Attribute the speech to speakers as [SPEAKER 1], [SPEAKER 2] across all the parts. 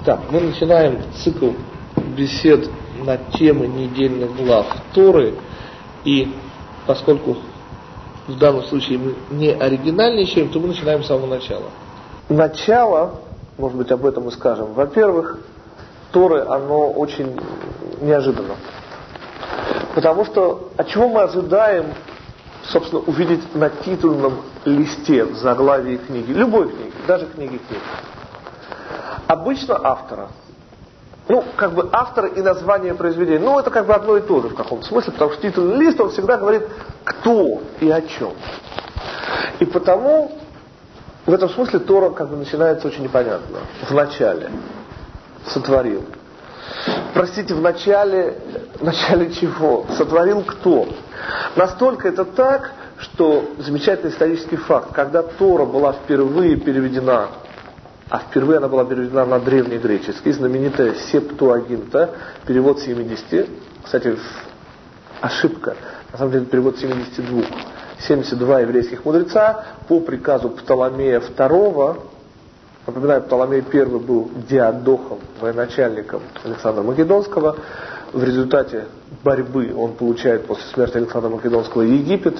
[SPEAKER 1] Так, мы начинаем цикл бесед на темы недельных глав Торы, и поскольку в данном случае мы не оригинальничаем, то мы начинаем с самого начала. Начало, может быть, об этом мы скажем. Во-первых, Торы, оно очень неожиданно. Потому что, от чего мы ожидаем, собственно, увидеть на титульном листе в заглавии книги, любой книги, даже книги книг? Обычно автора. Автор и название произведения. Это одно и то же в каком-то смысле, потому что титульный лист, он всегда говорит, кто и о чем. И потому, в этом смысле, Тора начинается очень непонятно. В начале. Сотворил. Простите, в начале чего? Сотворил кто? Настолько это так, что замечательный исторический факт, когда Тора была впервые переведена, а впервые она была переведена на древнегреческий, знаменитая Септуагинта, перевод 70. Кстати, ошибка. На самом деле перевод 72. 72 еврейских мудреца по приказу Птоломея II. Напоминаю, Птоломей I был диадохом, военачальником Александра Македонского. В результате борьбы он получает после смерти Александра Македонского Египет.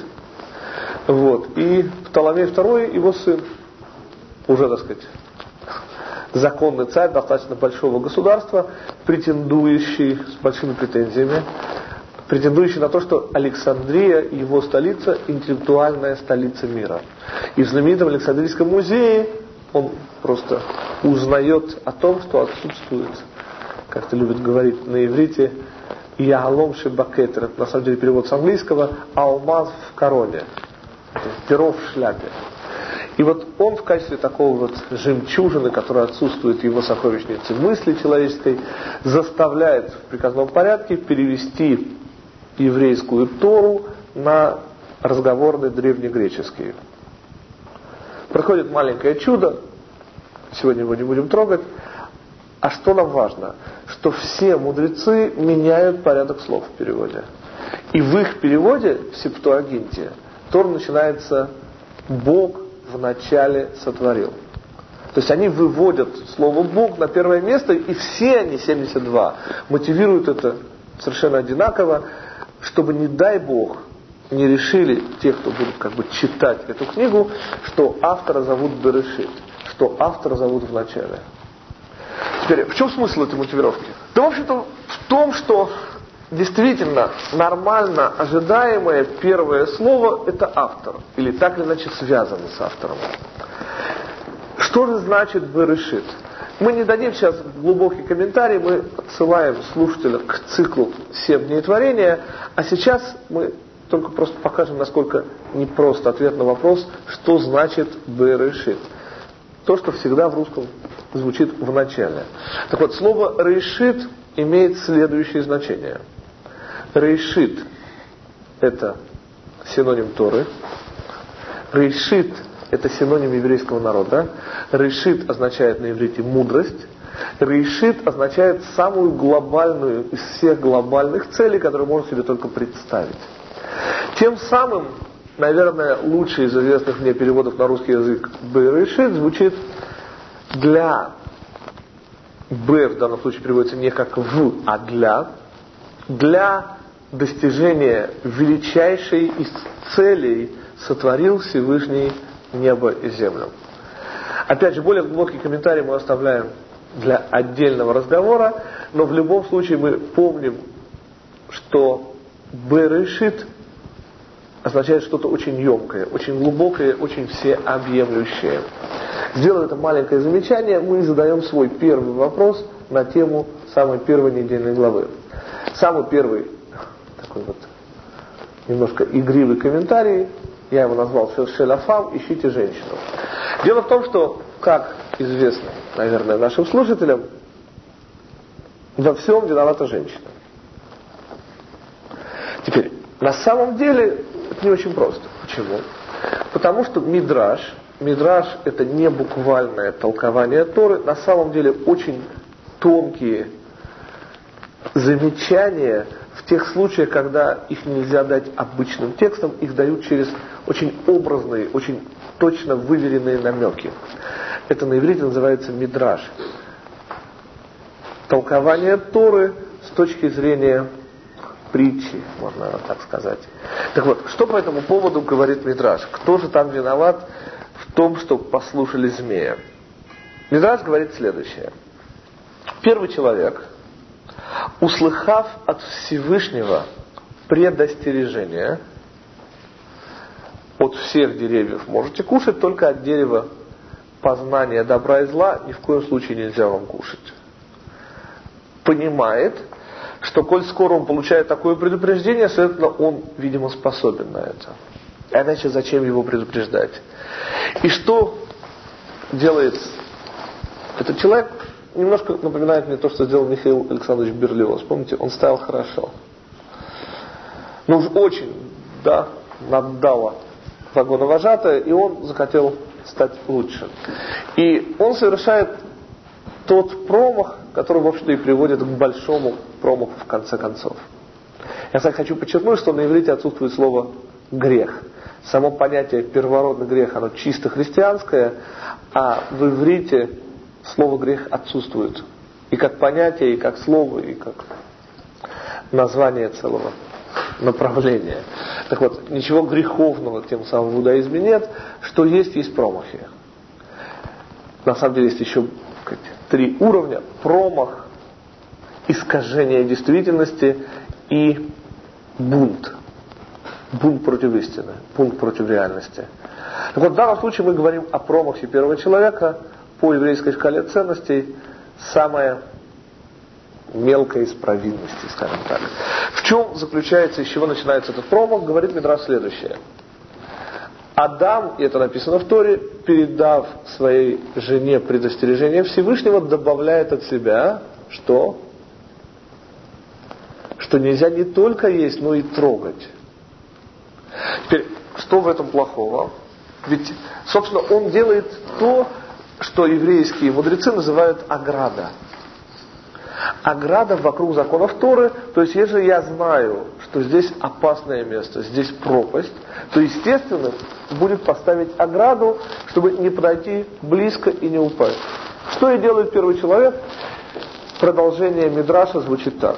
[SPEAKER 1] И Птоломей II, его сын, уже, законный царь достаточно большого государства, претендующий с большими претензиями, претендующий на то, что Александрия, его столица, интеллектуальная столица мира. И в знаменитом Александрийском музее он просто узнает о том, что отсутствует, как это любят говорить на иврите, «Яалом шебакетер», это на самом деле перевод с английского, «алмаз в короне», «перо в шляпе». И он в качестве такого жемчужины, которая отсутствует в его сокровищнице мысли человеческой, заставляет в приказном порядке перевести еврейскую Тору на разговорный древнегреческий. Проходит маленькое чудо, сегодня его не будем трогать. А что нам важно? Что все мудрецы меняют порядок слов в переводе. И в их переводе, в Септуагинте, Тора начинается «Бог в начале сотворил». То есть они выводят слово «Бог» на первое место, и все они, 72, мотивируют это совершенно одинаково, чтобы, не дай Бог, не решили те, кто будут читать эту книгу, что автора зовут Берешит, что автора зовут в начале. Теперь, в чем смысл этой мотивировки? Да, в общем-то, в том, что действительно нормально ожидаемое первое слово – это автор, или так или иначе связано с автором. Что же значит Берешит? Мы не дадим сейчас глубокий комментарий, мы отсылаем слушателя к циклу «7 дней творения», а сейчас мы только просто покажем, насколько непрост ответ на вопрос, что значит Берешит. То, что всегда в русском звучит в начале. Так вот, слово «решит» имеет следующее значение. Решит – это синоним Торы. Решит – это синоним еврейского народа. Решит означает на иврите мудрость. Решит означает самую глобальную из всех глобальных целей, которые можно себе только представить. Тем самым, наверное, лучший из известных мне переводов на русский язык «Берешит» звучит для «Б» в данном случае переводится не как «в», а для достижения величайшей из целей сотворил Всевышний небо и землю. Опять же, более глубокий комментарий мы оставляем для отдельного разговора, но в любом случае мы помним, что «Берешит» означает что-то очень емкое, очень глубокое, очень всеобъемлющее. Сделав это маленькое замечание, мы задаем свой первый вопрос на тему самой первой недельной главы. Самый первый, такой немножко игривый комментарий, я его назвал «Шелафам, ищите женщину». Дело в том, что, как известно, наверное, нашим слушателям, во всем виновата женщина. Теперь, на самом деле, это не очень просто. Почему? Потому что Мидраш это не буквальное толкование Торы, на самом деле очень тонкие замечания в тех случаях, когда их нельзя дать обычным текстом, их дают через очень образные, очень точно выверенные намеки. Это на иврите называется Мидраш. толкование Торы с точки зрения притчи, можно так сказать. Так вот, что по этому поводу говорит Мидраш? Кто же там виноват в том, что послушали змея? Мидраш говорит следующее. Первый человек, услыхав от Всевышнего предостережение: от всех деревьев можете кушать, только от дерева познания добра и зла ни в коем случае нельзя вам кушать, понимает, что коль скоро он получает такое предупреждение, следовательно, он, видимо, способен на это. А иначе зачем его предупреждать? И что делает этот человек? Немножко напоминает мне то, что сделал Михаил Александрович Берлиоз. Помните, он ставил хорошо. Ну уж очень, да, наддало вагоновожатое, и он захотел стать лучше. И он совершает тот промах, который, в общем-то, и приводит к большому промаху в конце концов. Я, кстати, хочу подчеркнуть, что на иврите отсутствует слово «грех». Само понятие «первородный грех», оно чисто христианское, а в иврите слово «грех» отсутствует. И как понятие, и как слово, и как название целого направления. Так вот, ничего греховного тем самым в иудаизме нет. Что есть промахи. На самом деле есть еще 3 уровня: промах, искажение действительности и бунт. Бунт против истины, бунт против реальности. Так вот, в данном случае мы говорим о промахе первого человека по еврейской шкале ценностей, самая мелкая из провинностей, скажем так. В чем заключается, из чего начинается этот промах, говорит Мидраш следующее. Адам, и это написано в Торе, передав своей жене предостережение Всевышнего, добавляет от себя, что нельзя не только есть, но и трогать. Теперь, что в этом плохого? Ведь, собственно, он делает то, что еврейские мудрецы называют ограда. Ограда вокруг законов Торы, то есть если я знаю, что здесь опасное место, здесь пропасть, то естественно будет поставить ограду, чтобы не подойти близко и не упасть. Что и делает первый человек? Продолжение Мидраша звучит так.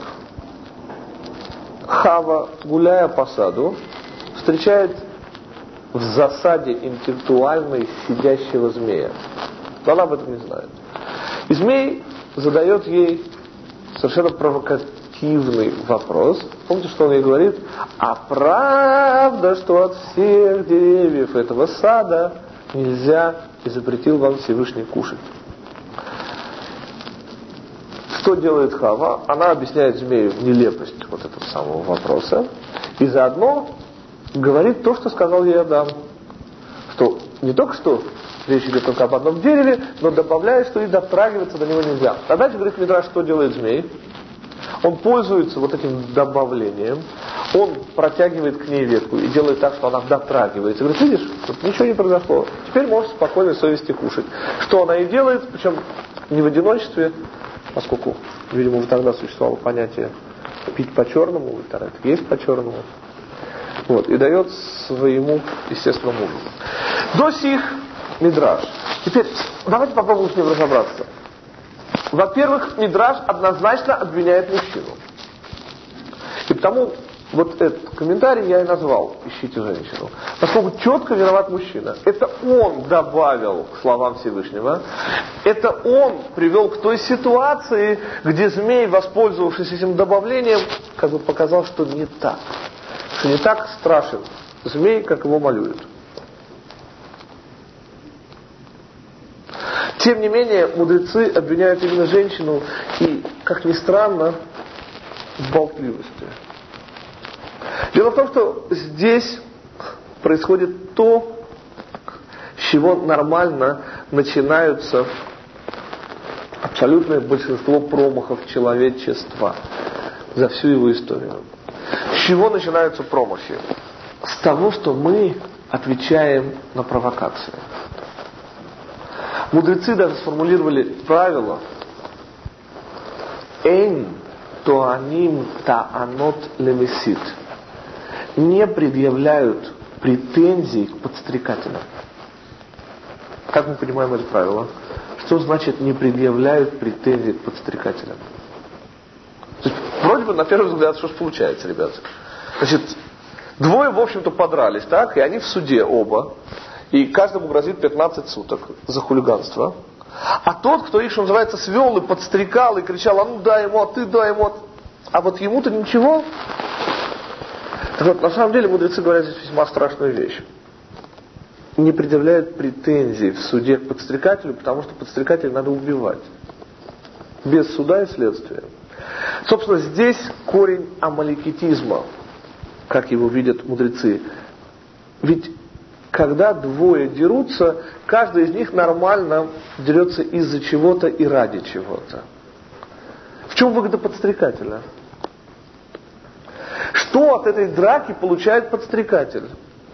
[SPEAKER 1] Хава, гуляя по саду, встречает в засаде интеллектуальной сидящего змея. Но она об этом не знает. И змей задает ей совершенно провокативный вопрос. Помните, что он ей говорит? А правда, что от всех деревьев этого сада нельзя и запретил вам Всевышний кушать? Что делает Хава? Она объясняет змею нелепость вот этого самого вопроса. И заодно говорит то, что сказал ей Адам. Что не только что речь идет только об одном дереве, но добавляет, что и дотрагиваться до него нельзя. А дальше говорит Мидраш, что делает змей. Он пользуется вот этим добавлением. Он протягивает к ней ветку и делает так, что она дотрагивается. Говорит, видишь, тут ничего не произошло. Теперь можешь спокойной совести кушать. Что она и делает, причем не в одиночестве, поскольку, видимо, уже тогда существовало понятие пить по-черному, это есть по-черному. Вот, и дает своему естественному мужу. До сих Мидраш. Теперь давайте попробуем с ним разобраться. Во-первых, Мидраш однозначно обвиняет мужчину. И потому вот этот комментарий я и назвал «Ищите женщину». Поскольку четко виноват мужчина. Это он добавил к словам Всевышнего. Это он привел к той ситуации, где змей, воспользовавшись этим добавлением, как бы показал, что не так. Что не так страшен змей, как его малюют. Тем не менее, мудрецы обвиняют именно женщину и, как ни странно, в болтливости. Дело в том, что здесь происходит то, с чего нормально начинаются абсолютное большинство промахов человечества за всю его историю. С чего начинаются промахи? С того, что мы отвечаем на провокации. Мудрецы даже сформулировали правило «Эйн тоаним таанот лемесит». Не предъявляют претензий к подстрекателям. Как мы понимаем это правило? Что значит не предъявляют претензий к подстрекателям? То есть, вроде бы, на первый взгляд, что же получается, ребята? Значит, двое, в общем-то, подрались, так? И они в суде оба. И каждому грозит 15 суток за хулиганство. А тот, кто их, что называется, свел и подстрекал, и кричал, а ну дай ему, а ты дай ему. А вот ему-то ничего. Так вот, на самом деле, мудрецы говорят здесь весьма страшную вещь. Не предъявляют претензий в суде к подстрекателю, потому что подстрекателя надо убивать. Без суда и следствия. Собственно, здесь корень амаликитизма, как его видят мудрецы. Ведь когда двое дерутся, каждый из них нормально дерется из-за чего-то и ради чего-то. В чем выгода подстрекателя? Что от этой драки получает подстрекатель?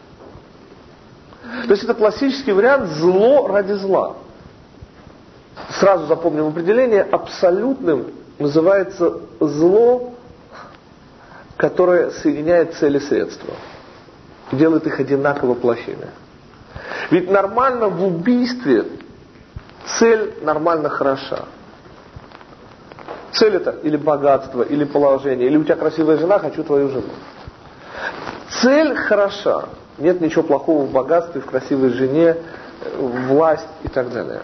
[SPEAKER 1] То есть это классический вариант зло ради зла. Сразу запомним определение. Абсолютным называется зло, которое соединяет цели и средства. Делает их одинаково плохими. Ведь нормально в убийстве цель нормально хороша. Цель это или богатство, или положение, или у тебя красивая жена, хочу твою жену. Цель хороша. Нет ничего плохого в богатстве, в красивой жене, власть и так далее.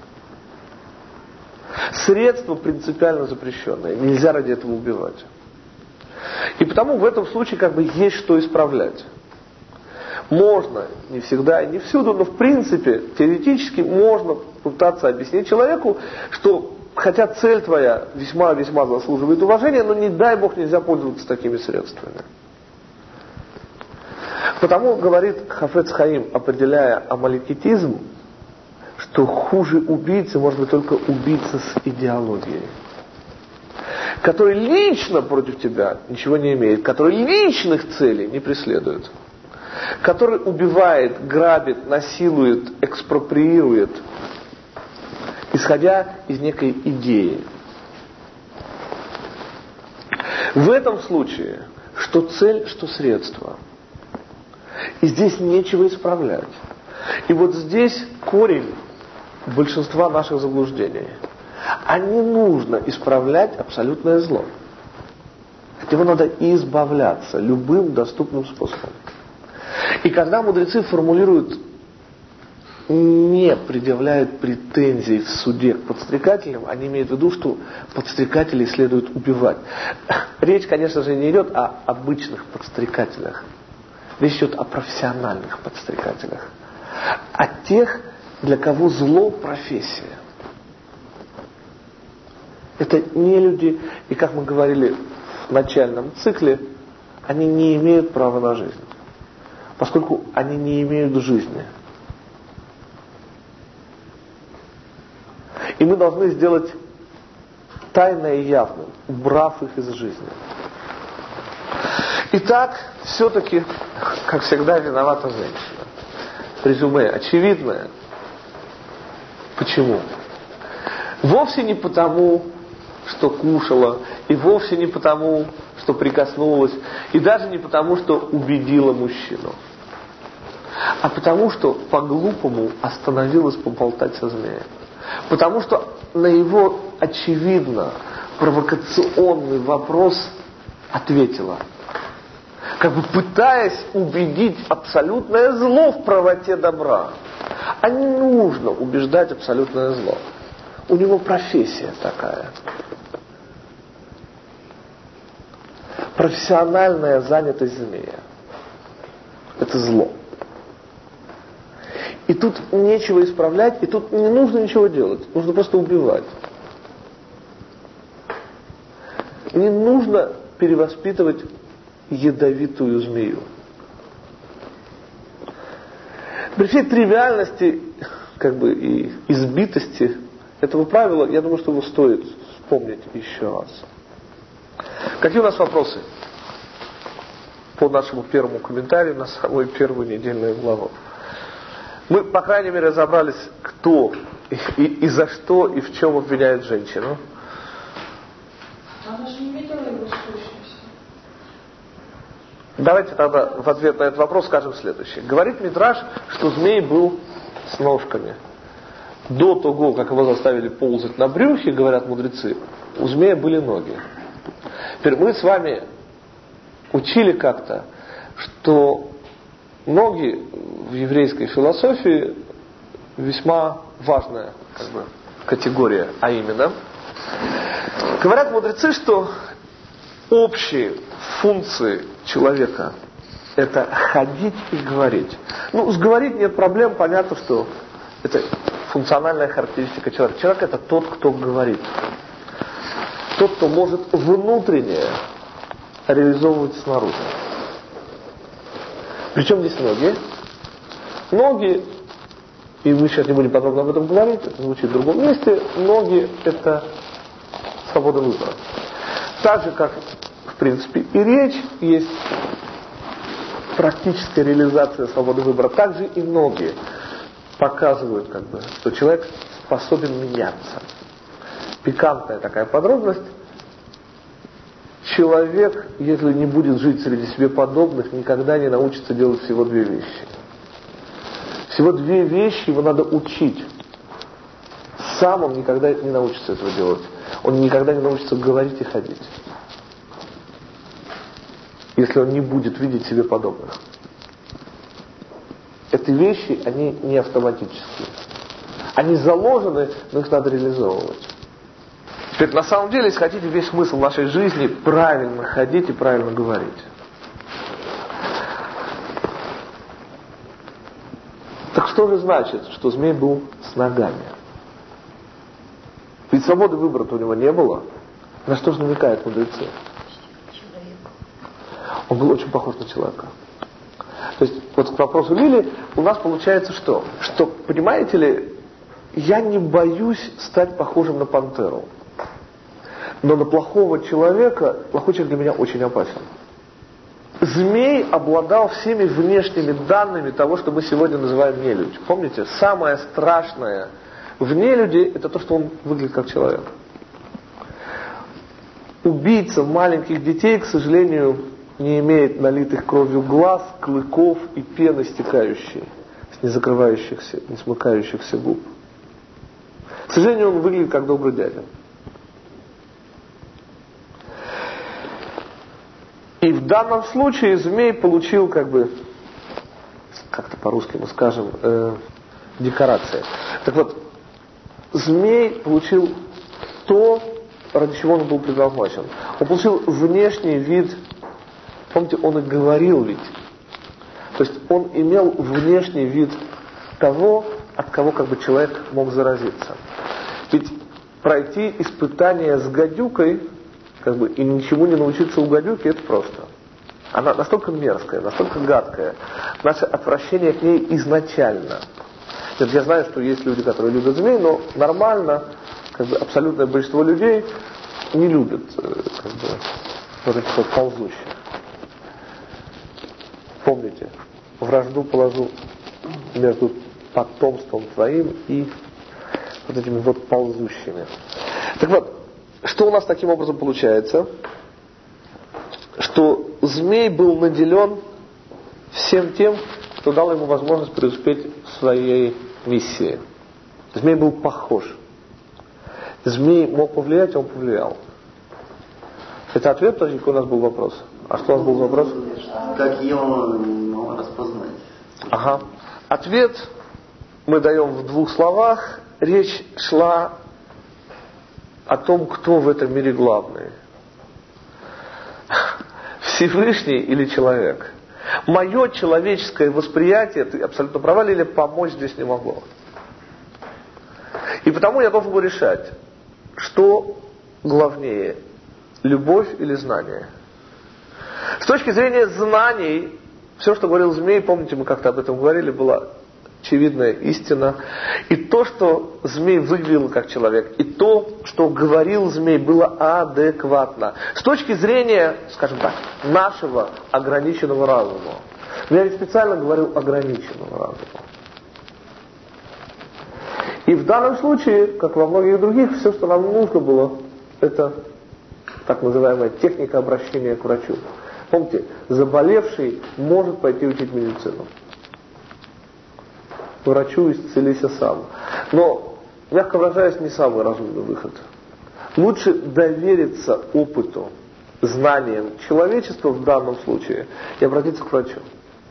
[SPEAKER 1] Средства принципиально запрещенные. Нельзя ради этого убивать. И потому в этом случае как бы есть что исправлять. Можно, не всегда и не всюду, но в принципе, теоретически можно пытаться объяснить человеку, что хотя цель твоя весьма-весьма заслуживает уважения, но не дай Бог нельзя пользоваться такими средствами. Потому говорит Хафец Хаим, определяя амаликитизм, что хуже убийцы может быть только убийца с идеологией, который лично против тебя ничего не имеет, который личных целей не преследует, который убивает, грабит, насилует, экспроприирует, исходя из некой идеи. В этом случае, что цель, что средство. И здесь нечего исправлять. И вот здесь корень большинства наших заблуждений. А не нужно исправлять абсолютное зло. От него надо избавляться любым доступным способом. И когда мудрецы формулируют, не предъявляют претензий в суде к подстрекателям, они имеют в виду, что подстрекателей следует убивать. Речь, конечно же, не идет о обычных подстрекателях. Речь идет о профессиональных подстрекателях. О тех, для кого зло – профессия. Это не люди, и как мы говорили в начальном цикле, они не имеют права на жизнь. Поскольку они не имеют жизни. И мы должны сделать тайное и явным, убрав их из жизни. Итак, все-таки, как всегда, виновата женщина. Резюме очевидное. Почему? Вовсе не потому, что кушала, и вовсе не потому, что прикоснулась, и даже не потому, что убедила мужчину. А потому, что по-глупому остановилась поболтать со змеем. Потому что на его, очевидно, провокационный вопрос ответила. Как бы пытаясь убедить абсолютное зло в правоте добра. А не нужно убеждать абсолютное зло. У него профессия такая. Профессиональная занятость змея. Это зло. И тут нечего исправлять, и тут не нужно ничего делать. Нужно просто убивать. Не нужно перевоспитывать ядовитую змею. При всей тривиальности как бы, и избитости этого правила, я думаю, что его стоит вспомнить еще раз. Какие у нас вопросы по нашему первому комментарию на самую первую недельную главу? Мы, по крайней мере, разобрались, кто и за что и в чем обвиняет женщину.
[SPEAKER 2] Она же не видела его сущности.
[SPEAKER 1] Давайте тогда в ответ на этот вопрос скажем следующее. Говорит Мидраш, что змей был с ножками. До того, как его заставили ползать на брюхе, говорят мудрецы, у змея были ноги. Теперь мы с вами учили как-то, что ноги в еврейской философии весьма важная категория, а именно, говорят мудрецы, что общие функции человека — это ходить и говорить. С говорить нет проблем, понятно, что это функциональная характеристика человека. Человек — это тот, кто говорит. Тот, кто может внутренне реализовывать снаружи. Причем здесь ноги? Ноги, и мы сейчас не будем подробно об этом говорить, это звучит в другом месте, ноги — это свобода выбора. Так же, как, в принципе, и речь есть практическая реализация свободы выбора, так же и ноги показывают, что человек способен меняться. Пикантная такая подробность. Человек, если не будет жить среди себе подобных, никогда не научится делать всего две вещи. Всего две вещи его надо учить. Сам он никогда не научится этого делать. Он никогда не научится говорить и ходить. Если он не будет видеть себе подобных. Эти вещи, они не автоматические. Они заложены, но их надо реализовывать. Теперь, на самом деле, если хотите, весь смысл нашей жизни — правильно ходить и правильно говорить. Так что же значит, что змей был с ногами? Ведь свободы выбора-то у него не было. На что же намекают мудрецы? Он был очень похож на человека. То есть, вот к вопросу Лили, у нас получается что? Что, понимаете ли, я не боюсь стать похожим на пантеру. Но на плохого человека, плохой человек для меня очень опасен. Змей обладал всеми внешними данными того, что мы сегодня называем нелюдь. Помните, самое страшное в нелюди — это то, что он выглядит как человек. Убийца маленьких детей, к сожалению, не имеет налитых кровью глаз, клыков и пены стекающей, с незакрывающихся, не смыкающихся губ. К сожалению, он выглядит как добрый дядя. И в данном случае змей получил как-то по-русски мы скажем, декорация. Так вот, змей получил то, ради чего он был предназначен. Он получил внешний вид, помните, он и говорил ведь. То есть он имел внешний вид того, от кого человек мог заразиться. Ведь пройти испытание с гадюкой, и ничему не научиться у гадюки — это просто. Она настолько мерзкая, настолько гадкая. Наше отвращение к ней изначально. Я знаю, что есть люди, которые любят змей, но нормально, абсолютное большинство людей не любят вот этих вот ползущих. Помните, вражду положу между потомством твоим и вот этими вот ползущими. Так вот, что у нас таким образом получается? Что змей был наделен всем тем, что дал ему возможность преуспеть в своей миссии. Змей был похож. Змей мог повлиять, он повлиял. Это ответ, только у нас был вопрос. А что у нас был вопрос?
[SPEAKER 2] Как его распознать?
[SPEAKER 1] Ага. Ответ мы даем в двух словах. Речь шла о том, кто в этом мире главный. Всевышний или человек? Мое человеческое восприятие, ты абсолютно права, Лиля, помочь здесь не могло. И потому я должен был решать, что главнее, любовь или знание. С точки зрения знаний, все, что говорил змей, помните, мы как-то об этом говорили, была очевидная истина. И то, что змей выглядел как человек, и то, что говорил змей, было адекватно. С точки зрения, скажем так, нашего ограниченного разума. Я ведь специально говорил ограниченного разума. И в данном случае, как во многих других, все, что нам нужно было, это так называемая техника обращения к врачу. Помните, заболевший может пойти учить медицину. Врачу исцелися сам. Но, мягко выражаясь, не самый разумный выход. Лучше довериться опыту знанием человечества в данном случае и обратиться к врачу.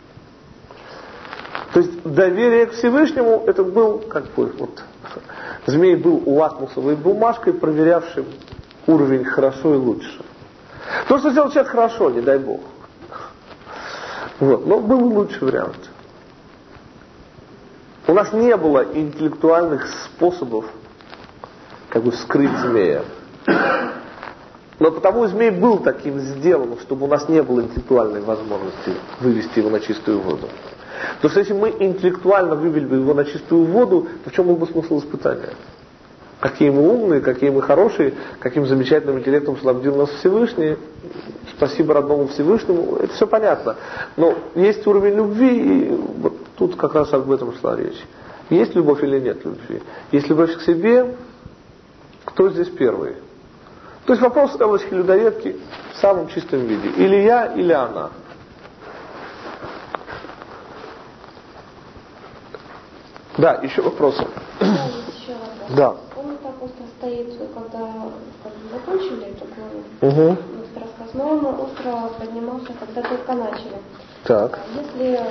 [SPEAKER 1] То есть доверие к Всевышнему, это был, как бы, вот, змей был лакмусовой бумажкой, проверявшим уровень хорошо и лучше. То, что сделал человек хорошо, не дай Бог. Вот, но был лучший вариант. У нас не было интеллектуальных способов как бы вскрыть змея. Но потому змей был таким сделан, чтобы у нас не было интеллектуальной возможности вывести его на чистую воду. Потому что если мы интеллектуально вывели бы его на чистую воду, то в чем был бы смысл испытания? Какие мы умные, какие мы хорошие, каким замечательным интеллектом снабдил нас Всевышний. Спасибо родному Всевышнему, это все понятно. Но есть уровень любви, и вот тут как раз об этом шла речь. Есть любовь или нет любви? Есть любовь к себе, кто здесь первый? То есть вопрос Элочки-людоедки в самом чистом виде. Или я, или она. Да, еще вопросы.
[SPEAKER 3] Да, есть еще вопрос.
[SPEAKER 1] Да.
[SPEAKER 3] Помните, апостол стоит, когда закончили эту главу, рассказ, но он остро поднимался, когда только начали.
[SPEAKER 1] Так.
[SPEAKER 3] Если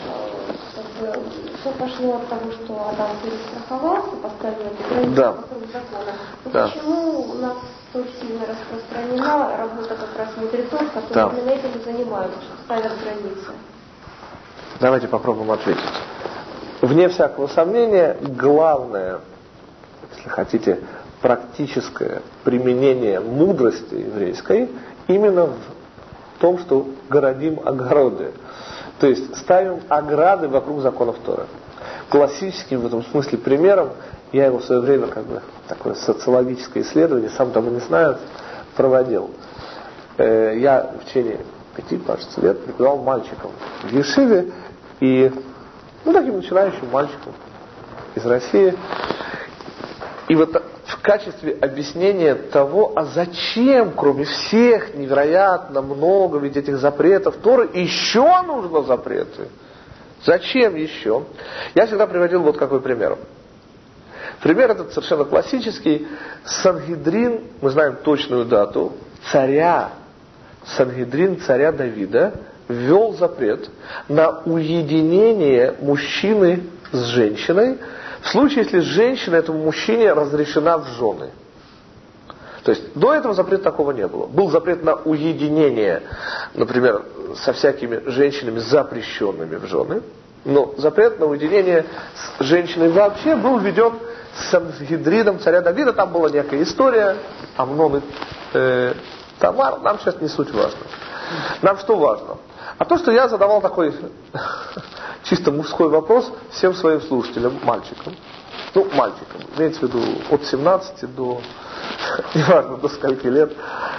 [SPEAKER 3] все пошло от того, что Адам перестраховался, поставил эти границы вокруг закона, то почему у нас столь сильно распространена работа как раз мудрецов, которые именно этим и занимаются, ставят границы?
[SPEAKER 1] Давайте попробуем ответить. Вне всякого сомнения, главное, если хотите, практическое применение мудрости еврейской именно в том, что городим огороды. То есть ставим ограды вокруг законов Торы. Классическим в этом смысле примером, я его в свое время, как бы, такое социологическое исследование, сам того не знаю, проводил. Я в течение 5, кажется, лет преподавал мальчикам в Ешиве, и таким начинающим мальчикам из России. И вот в качестве объяснения того, а зачем, кроме всех невероятно много ведь этих запретов Торы, еще нужно запреты? Зачем еще? Я всегда приводил вот какой пример. Пример этот совершенно классический. Сангедрин, мы знаем точную дату, Сангедрин царя Давида ввел запрет на уединение мужчины с женщиной в случае, если женщина этому мужчине разрешена в жены. То есть до этого запрета такого не было. Был запрет на уединение, например, со всякими женщинами, запрещенными в жены. Но запрет на уединение с женщиной вообще был введен с Сангедрином царя Давида. Там была некая история, Амнон и Тамар. Нам сейчас не суть важно. Нам что важно? А то, что я задавал такой чисто мужской вопрос всем своим слушателям, мальчикам. Мальчикам, имеется в виду от 17 до, неважно, до скольки лет.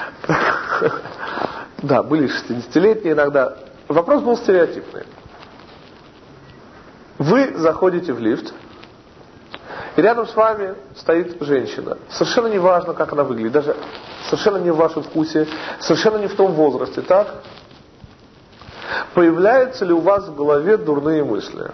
[SPEAKER 1] Да, были 60-летние иногда. Вопрос был стереотипный. Вы заходите в лифт, и рядом с вами стоит женщина. Совершенно не важно, как она выглядит, даже совершенно не в вашем вкусе, совершенно не в том возрасте, так? Появляются ли у вас в голове дурные мысли?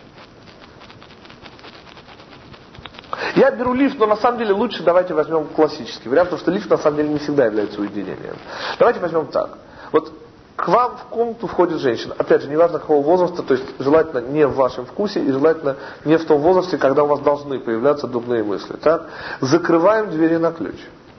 [SPEAKER 1] Я беру лифт, но на самом деле лучше давайте возьмем классический вариант, потому что лифт на самом деле не всегда является уединением. Давайте возьмем так. Вот к вам в комнату входит женщина. Опять же, неважно какого возраста, то есть желательно не в вашем вкусе и желательно не в том возрасте, когда у вас должны появляться дурные мысли. Так? Закрываем двери на ключ.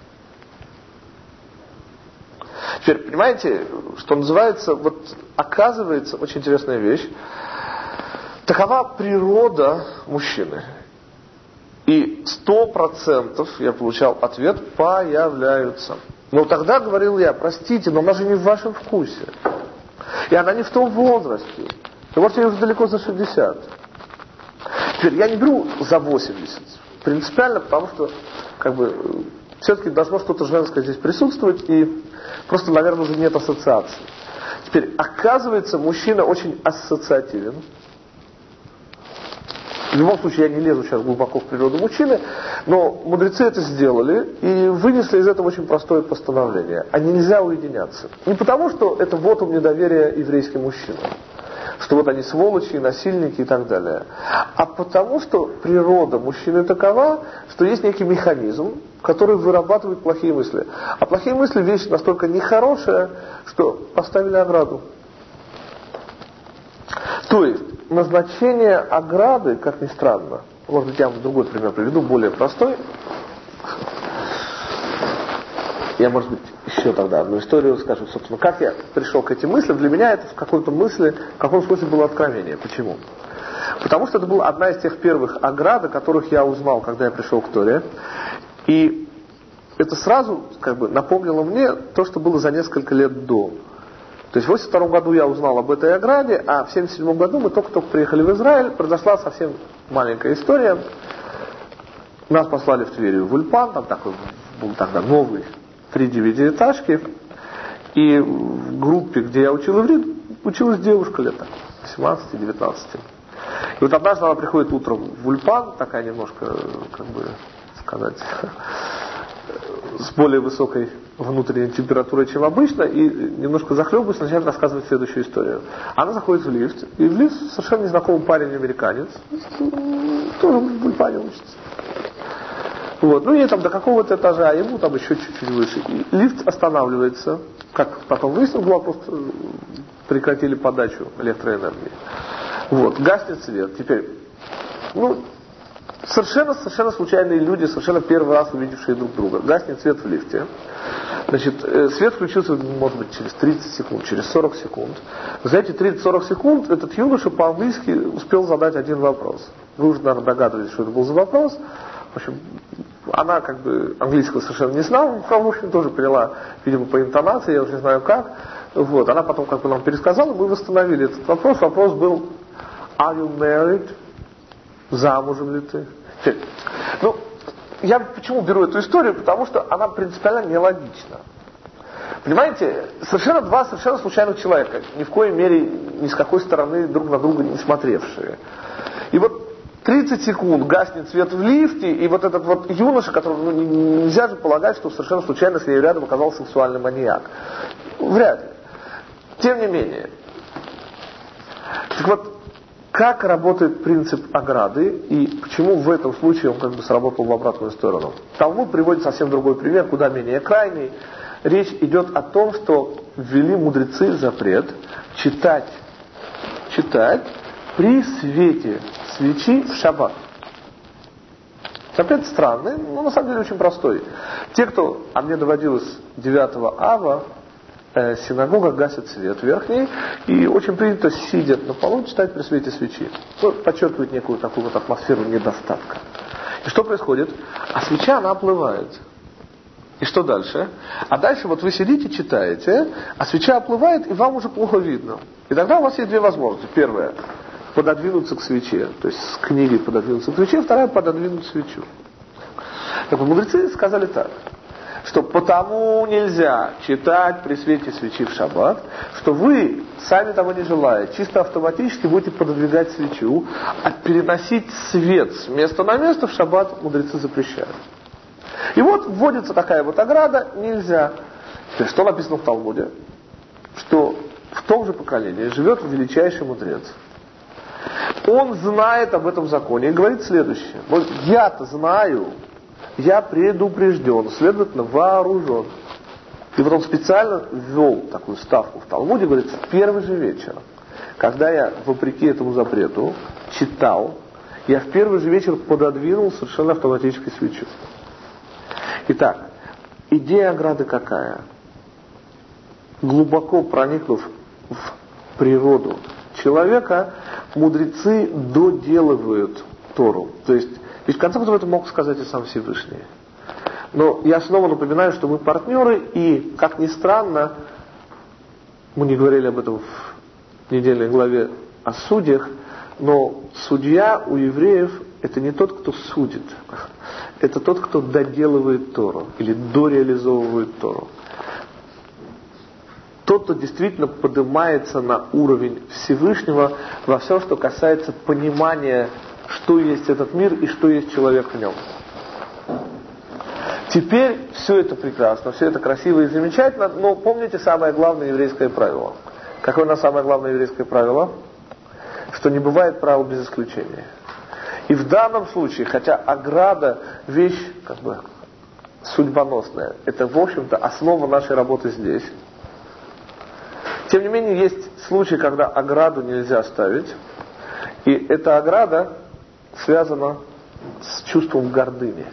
[SPEAKER 1] Теперь, понимаете, что называется, вот оказывается очень интересная вещь. Такова природа мужчины. И 100% я получал ответ: появляются. Но тогда говорил я: простите, но она же не в вашем вкусе. И она не в том возрасте. И вот ей уже далеко за 60. Теперь я не беру за 80. Принципиально, потому что все-таки должно что-то женское здесь присутствовать, и просто, наверное, уже нет ассоциации. Теперь, оказывается, мужчина очень ассоциативен. В любом случае, я не лезу сейчас глубоко в природу мужчины, но мудрецы это сделали и вынесли из этого очень простое постановление. А нельзя уединяться. Не потому, что это вотум недоверия еврейским мужчинам. что вот они сволочи, насильники и так далее. А потому что природа мужчины такова, что есть некий механизм, который вырабатывает плохие мысли. А плохие мысли вещь настолько нехорошая, что поставили ограду. То есть назначение ограды, как ни странно, может быть, я вам другой пример приведу, более простой. Я, может быть, еще тогда одну историю скажу, собственно, как я пришел к этим мыслям. Для меня это в каком-то смысле было откровение. Почему? Потому что это была одна из тех первых оград, о которых я узнал, когда я пришел к Торе. И это сразу напомнило мне то, что было за несколько лет до. То есть в 1982 году я узнал об этой ограде, а в 1977 году мы только-только приехали в Израиль. Произошла совсем маленькая история. Нас послали в Тверь в Ульпан, там такой был тогда новый 3 девятиэтажки, и в группе, где я учил иврит, училась девушка лет 18-19. И вот однажды она приходит утром в Ульпан, такая немножко, с более высокой внутренней температурой, чем обычно, и немножко захлебываясь, начинает рассказывать следующую историю. Она заходит в лифт, и в лифт совершенно незнакомый парень-американец, тоже в Ульпане учится. Вот. Ей там до какого-то этажа, а ему там еще чуть-чуть выше. И лифт останавливается. Как потом выяснилось, было просто прекратили подачу электроэнергии. Вот. Гаснет свет. Теперь, совершенно случайные люди, совершенно первый раз увидевшие друг друга. Гаснет свет в лифте. Значит, свет включился, может быть, через 30 секунд, через 40 секунд. За эти 30-40 секунд этот юноша по-английски успел задать один вопрос. Вы уже, наверное, догадываетесь, что это был за вопрос. В общем, она английского совершенно не знала, в общем, тоже поняла, видимо, по интонации, я уже не знаю как. Вот. Она потом нам пересказала, мы восстановили этот вопрос. Вопрос был: Are you married? Замужем ли ты? Я почему беру эту историю? Потому что она принципиально нелогична. Понимаете, два совершенно случайных человека, ни в коей мере, ни с какой стороны друг на друга не смотревшие. И вот 30 секунд гаснет свет в лифте, и вот этот вот юноша, которому нельзя же полагать, что совершенно случайно с ней рядом оказался сексуальный маньяк. Вряд ли. Тем не менее. Так вот, как работает принцип ограды, и почему в этом случае он сработал в обратную сторону? Талмуд приводит совсем другой пример, куда менее крайний. Речь идет о том, что ввели мудрецы запрет читать при свете свечи в шаббат. Запрет странный, но на самом деле очень простой. Те, а мне доводилось 9 ава, синагога гасит свет верхний, и очень принято, сидя на полу, читать при свете свечи. Подчеркивает некую такую вот атмосферу недостатка. И что происходит? А свеча, она оплывает. И что дальше? А дальше вот вы сидите, читаете, а свеча оплывает, и вам уже плохо видно. И тогда у вас есть две возможности. Первая — пододвинуться к свече, то есть с книгой пододвинуться к свече, вторая — пододвинуть свечу. Так вот, мудрецы сказали так, что потому нельзя читать при свете свечи в шаббат, что вы, сами того не желая, чисто автоматически будете пододвигать свечу, а переносить свет с места на место в шаббат мудрецы запрещают. И вот вводится такая вот ограда, нельзя. Теперь, что написано в Талмуде? Что в том же поколении живет величайший мудрец. Он знает об этом законе и говорит следующее. Вот я-то знаю, я предупрежден, следовательно, вооружен. И вот он специально ввел такую ставку в Талмуде, говорит, в первый же вечер, когда я, вопреки этому запрету, читал, я в первый же вечер пододвинул совершенно автоматически свечу. Итак, идея ограды какая? Глубоко проникнув в природу человека, мудрецы доделывают Тору. То есть, ведь в конце концов это мог сказать и сам Всевышний. Но я снова напоминаю, что мы партнеры, и, как ни странно, мы не говорили об этом в недельной главе о судьях, но судья у евреев — это не тот, кто судит. Это тот, кто доделывает Тору или дореализовывает Тору. Тот, кто действительно поднимается на уровень Всевышнего во всем, что касается понимания, что есть этот мир и что есть человек в нем. Теперь все это прекрасно, все это красиво и замечательно, но помните самое главное еврейское правило. Какое у нас самое главное еврейское правило? что не бывает правил без исключения. И в данном случае, хотя ограда вещь как бы судьбоносная, это в общем-то основа нашей работы здесь. Тем не менее, есть случаи, когда ограду нельзя ставить, и эта ограда связана с чувством гордыни.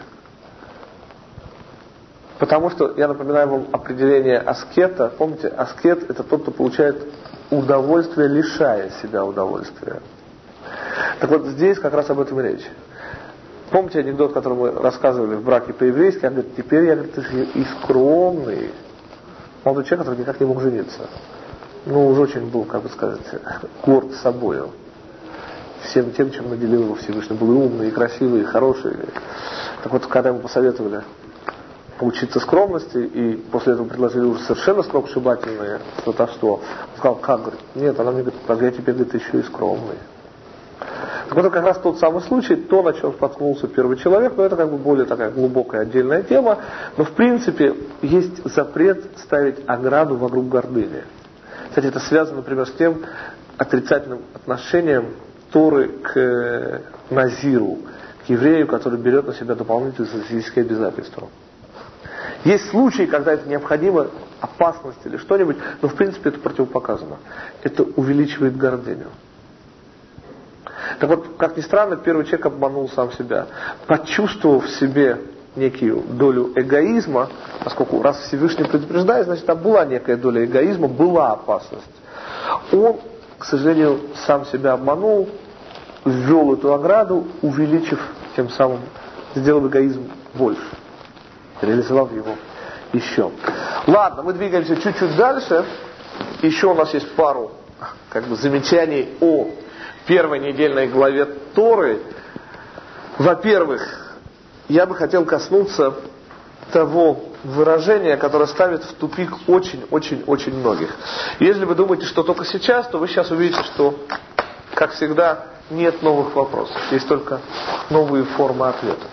[SPEAKER 1] Потому что, я напоминаю вам определение аскета. Помните, аскет это тот, кто получает удовольствие, лишая себя удовольствия. Так вот, здесь как раз об этом и речь. Помните анекдот, который мы рассказывали в браке по-еврейски? Он говорит, теперь я, говорит, ты же и скромный. Молодой человек, который никак не мог жениться. Ну, уже очень был, как бы сказать, горд собою. Всем тем, чем наделил его Всевышний. Был и умный, и красивый, и хороший. Так вот, когда ему посоветовали поучиться скромности, и после этого предложили уже совершенно сногсшибательное сватовство, он сказал, как? Говорит, нет, она мне говорит, я теперь, говорит, еще и скромный. Так вот, это как раз тот самый случай, то, на чем споткнулся первый человек, но это как бы более такая глубокая отдельная тема, но в принципе есть запрет ставить ограду вокруг гордыни. Кстати, это связано, например, с тем отрицательным отношением Торы к назиру, к еврею, который берет на себя дополнительные физические обязательства. Есть случаи, когда это необходимо, опасность или что-нибудь, но в принципе это противопоказано. Это увеличивает гордыню. Так вот, как ни странно, первый человек обманул сам себя, почувствовав в себе некую долю эгоизма, поскольку раз Всевышний предупреждает, значит там была некая доля эгоизма, была опасность. Он, к сожалению, сам себя обманул, ввел эту ограду, увеличив тем самым, сделав эгоизм больше, реализовав его еще. Ладно, мы двигаемся чуть-чуть дальше. Еще у нас есть пару как бы замечаний о первой недельной главе Торы. Во-первых, я бы хотел коснуться того выражения, которое ставит в тупик очень-очень-очень многих. Если вы думаете, что только сейчас, то вы сейчас увидите, что, как всегда, нет новых вопросов. Есть только новые формы ответов.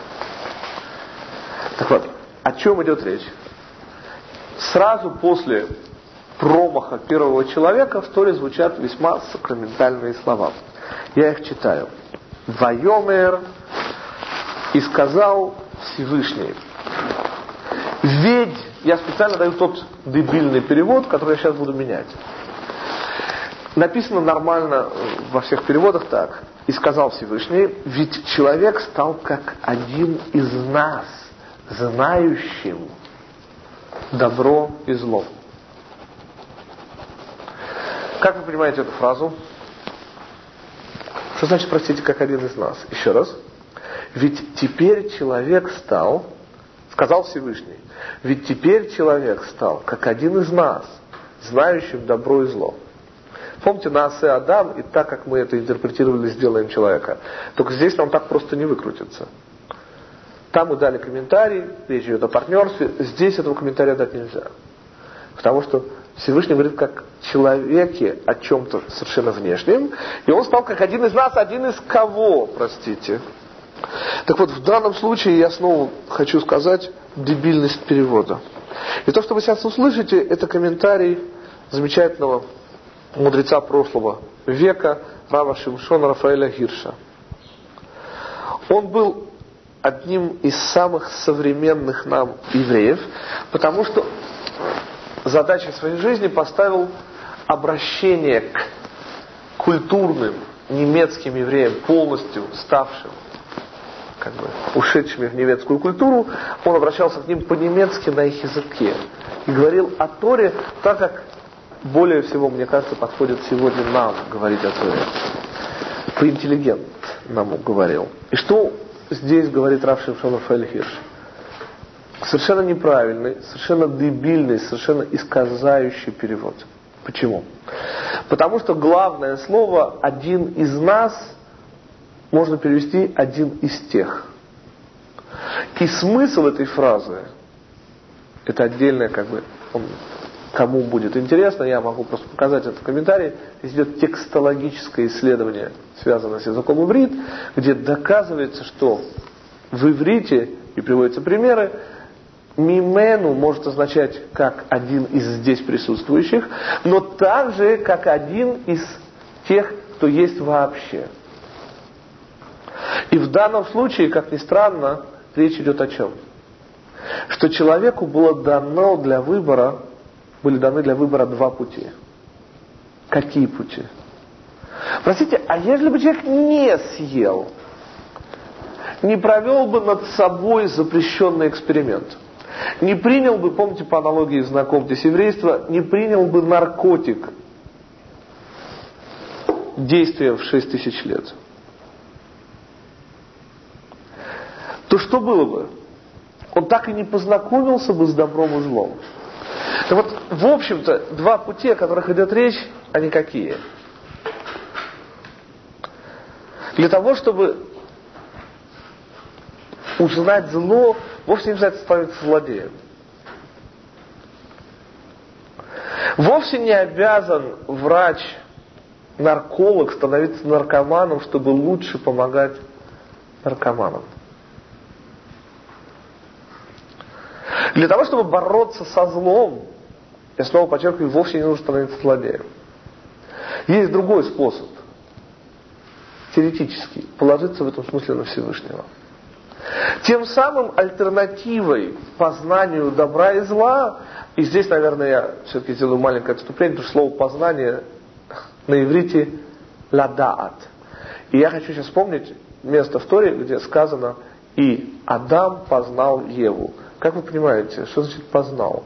[SPEAKER 1] Так вот, о чем идет речь? Сразу после промаха первого человека в Торе звучат весьма сакраментальные слова. Я их читаю. «Вайомер, и сказал Всевышний». Ведь, я специально даю тот дебильный перевод, который я сейчас буду менять. Написано нормально во всех переводах так. «И сказал Всевышний, ведь человек стал как один из нас, знающим добро и зло». Как вы понимаете эту фразу? Что значит, простите, как один из нас? Еще раз. Ведь теперь человек стал, сказал Всевышний, ведь теперь человек стал, как один из нас, знающим добро и зло. Помните, Наасе Адам, и так, как мы это интерпретировали, сделаем человека. Только здесь нам так просто не выкрутится. Там мы дали комментарий, речь идет о партнерстве, здесь этого комментария дать нельзя. Потому что Всевышний говорит как человеке о чем-то совершенно внешнем, и он стал как один из нас, один из кого, простите. Так вот, в данном случае я снова хочу сказать дебильность перевода. И то, что вы сейчас услышите, это комментарий замечательного мудреца прошлого века Рава Шимшона Рафаэля Гирша. Он был одним из самых современных нам евреев, потому что задачей своей жизни поставил обращение к культурным немецким евреям, полностью ставшим, как бы, ушедшими в немецкую культуру. Он обращался к ним по-немецки на их языке и говорил о Торе так, как более всего, мне кажется, подходит сегодня нам говорить о Торе. По-интеллигентному говорил. И что здесь говорит Рав Шимшон Рафаэль Гирш? Совершенно неправильный, совершенно дебильный, совершенно искажающий перевод. Почему? Потому что главное слово «один из нас» можно перевести «один из тех». И смысл этой фразы, это отдельное, как бы, кому будет интересно, я могу просто показать это в комментарии. Здесь идет текстологическое исследование, связанное с языком иврит, где доказывается, что в иврите, и приводятся примеры, мимену может означать как один из здесь присутствующих, но также как один из тех, что есть вообще. И в данном случае, как ни странно, речь идет о чем? Что человеку были даны для выбора два пути. Какие пути? Простите, а если бы человек не съел, не провел бы над собой запрещенный эксперимент, не принял бы, помните по аналогии знакомьтесь еврейства, не принял бы наркотик, действия в 6000 лет, то что было бы? Он так и не познакомился бы с добром и злом. Так вот, в общем-то, два пути, о которых идет речь, они какие? Для того, чтобы узнать зло, вовсе не обязательно становиться злодеем. Вовсе не обязан врач, нарколог становиться наркоманом, чтобы лучше помогать наркоманам. Для того, чтобы бороться со злом, я снова подчеркиваю, вовсе не нужно становиться злодеем. Есть другой способ, теоретический, положиться в этом смысле на Всевышнего. Тем самым альтернативой познанию добра и зла, и здесь, наверное, я все-таки сделаю маленькое отступление, потому что слово познание на иврите ладаат. И я хочу сейчас вспомнить место в Торе, где сказано «И Адам познал Еву». Как вы понимаете, что значит «познал»?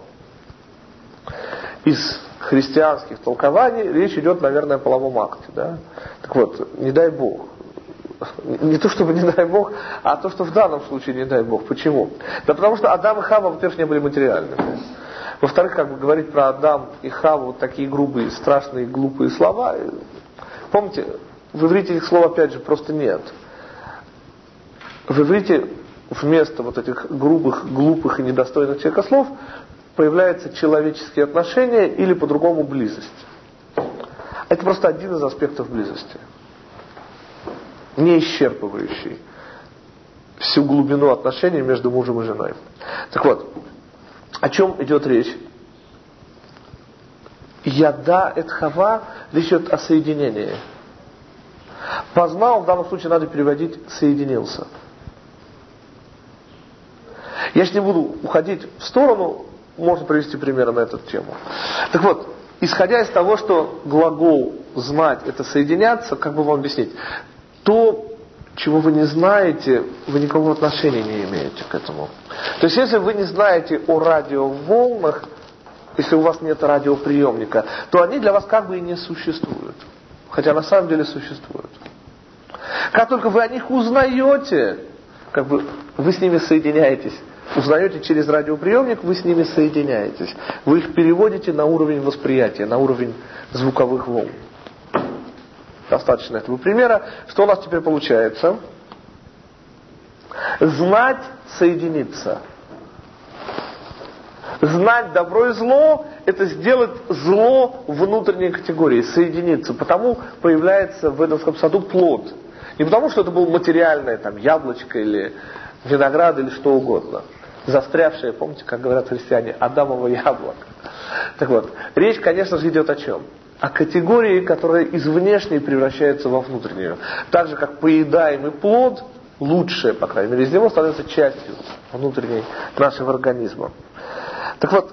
[SPEAKER 1] Из христианских толкований речь идет, наверное, о половом акте. Да? Так вот, не дай Бог. Не то, чтобы не дай Бог, а то, что в данном случае не дай Бог. Почему? Да потому что Адам и Хава, во-первых, не были материальными. Во-вторых, как бы говорить про Адам и Хаву вот такие грубые, страшные, глупые слова. Помните, в иврите этих слов, опять же, просто нет. В иврите вместо вот этих грубых, глупых и недостойных человека слов появляются человеческие отношения или по-другому близость. Это просто один из аспектов близости. Не исчерпывающий всю глубину отношений между мужем и женой. Так вот, о чем идет речь? Яда эт хава, речь идет о соединении. Познал, в данном случае надо переводить соединился. Я же не буду уходить в сторону, можно привести примеры на эту тему. Так вот, исходя из того, что глагол знать это соединяться, как бы вам объяснить? То, чего вы не знаете, вы никакого отношения не имеете к этому. То есть, если вы не знаете о радиоволнах, если у вас нет радиоприемника, то они для вас как бы и не существуют. Хотя на самом деле существуют. Как только вы о них узнаете, как бы вы с ними соединяетесь. Узнаете через радиоприемник, вы с ними соединяетесь. Вы их переводите на уровень восприятия, на уровень звуковых волн. Достаточно этого примера. Что у нас теперь получается? Знать соединиться. Знать добро и зло – это сделать зло внутренней категории, соединиться. Потому появляется в Эдемском саду плод. Не потому, что это было материальное, там, яблочко или виноград или что угодно. Застрявшее, помните, как говорят христиане, Адамово яблоко. Так вот, речь, конечно же, идет о чем? О категории, которая из внешней превращается во внутреннюю. Так же, как поедаемый плод, лучшее, по крайней мере, из него становится частью внутренней нашего организма. Так вот,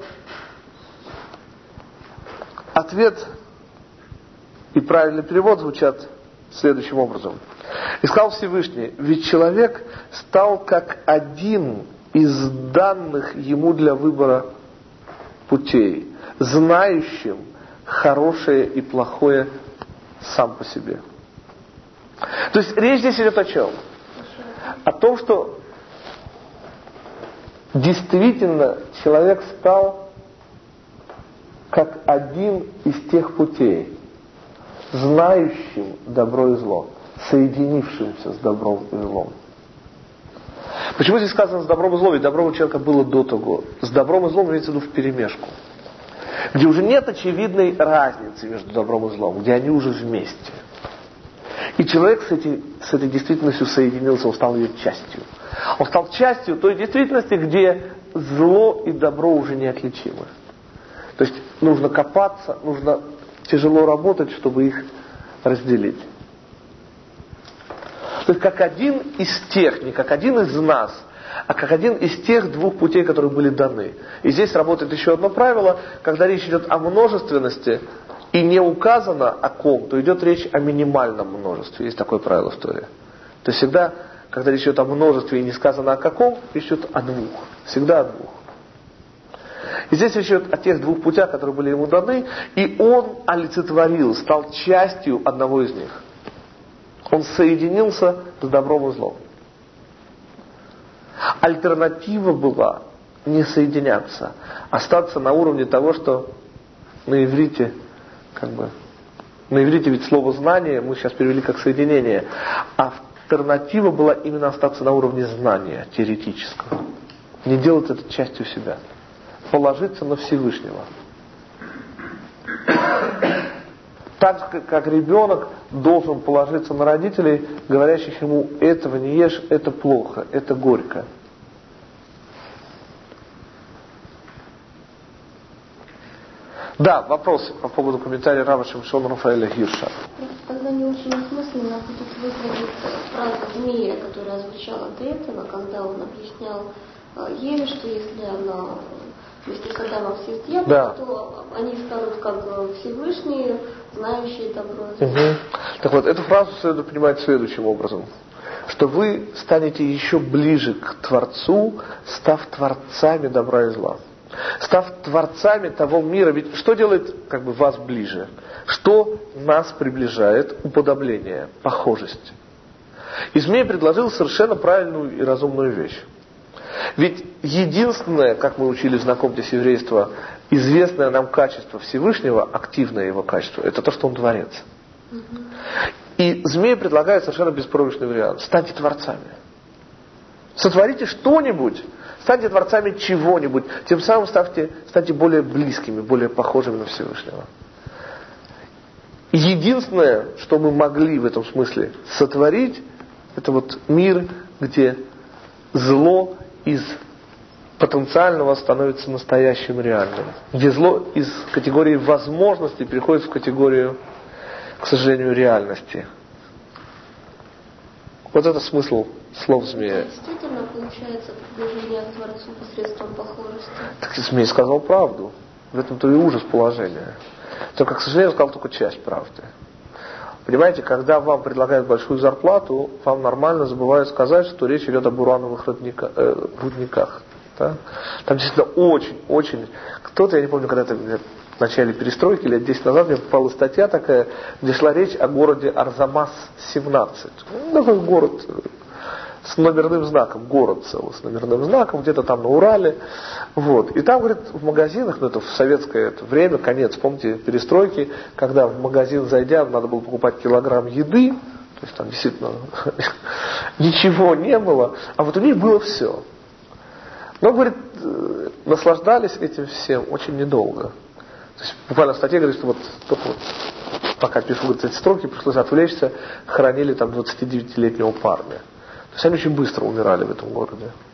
[SPEAKER 1] ответ и правильный перевод звучат следующим образом. И сказал Всевышний: ведь человек стал как один из данных ему для выбора путей, знающим хорошее и плохое сам по себе. То есть речь здесь идет о чем? О том, что действительно человек стал как один из тех путей, знающим добро и зло, соединившимся с добром и злом. Почему здесь сказано с добром и злом? Ведь добро у человека было до того. С добром и злом имеется в виду вперемешку. Где уже нет очевидной разницы между добром и злом, где они уже вместе. И человек с этой действительностью соединился, он стал ее частью. Он стал частью той действительности, где зло и добро уже неотличимы. То есть нужно копаться, нужно тяжело работать, чтобы их разделить. То есть как один из тех, не как один из нас, а как один из тех двух путей, которые были даны. И здесь работает еще одно правило, когда речь идет о множественности и не указано о ком, то идет речь о минимальном множестве. Есть такое правило в Торе. То есть всегда, когда речь идет о множестве и не сказано о каком, речь идет о двух. Всегда о двух. И здесь речь идет о тех двух путях, которые были ему даны, и он олицетворил, стал частью одного из них. Он соединился с добром и злом. Альтернатива была не соединяться, остаться на уровне того, что на иврите, на иврите ведь слово знание мы сейчас перевели как соединение, а альтернатива была именно остаться на уровне знания теоретического. Не делать это частью себя. Положиться на Всевышнего. Так же, как ребенок должен положиться на родителей, говорящих ему: этого не ешь, это плохо, это горько. Да, вопросы по поводу комментария Рава Шимшона Рафаэля Гирша.
[SPEAKER 3] Тогда не очень осмысленно будет выглядеть фраза змея, которая звучала до этого, когда он объяснял Еве, что если она вместе с Адамом съест яблоко, то они станут как Всевышние, знающие добро.
[SPEAKER 1] Так вот, эту фразу следует понимать следующим образом. Что вы станете еще ближе к Творцу, став творцами добра и зла. Став творцами того мира. Ведь что делает вас ближе? Что нас приближает? Уподобление, похожесть. И змей предложил совершенно правильную и разумную вещь. Ведь единственное, как мы учили в «Знакомьтесь еврейства», известное нам качество Всевышнего, активное его качество, это то, что он творец. И змей предлагает совершенно беспроигрышный вариант. Станьте творцами. Сотворите что-нибудь, станьте творцами чего-нибудь, тем самым станьте более близкими, более похожими на Всевышнего. Единственное, что мы могли в этом смысле сотворить, это вот мир, где зло из потенциального становится настоящим реальным. Где зло из категории возможностей переходит в категорию, к сожалению, реальности. Вот это смысл слов змея.
[SPEAKER 3] Действительно получается приближение к Творцу посредством похожести.
[SPEAKER 1] Так змей сказал правду. В этом-то и ужас положения. Только, к сожалению, он сказал только часть правды. Понимаете, когда вам предлагают большую зарплату, вам нормально забывают сказать, что речь идет об урановых рудниках. Да? Там действительно очень... Кто-то, я не помню, когда-то в начале перестройки, лет 10 назад, мне попала статья такая, где шла речь о городе Арзамас-17. Такой город с номерным знаком, город целый с номерным знаком, где-то там на Урале. Вот. И там, говорит, в магазинах, это в советское время, конец, помните, перестройки, когда в магазин зайдя, надо было покупать килограмм еды, то есть там действительно ничего не было, а вот у них было все. Но, говорит, наслаждались этим всем очень недолго. То есть буквально в статье говорит, что вот только вот, пока пишу, говорит, эти строки, пришлось отвлечься, хоронили там 29-летнего парня. То есть они очень быстро умирали в этом городе.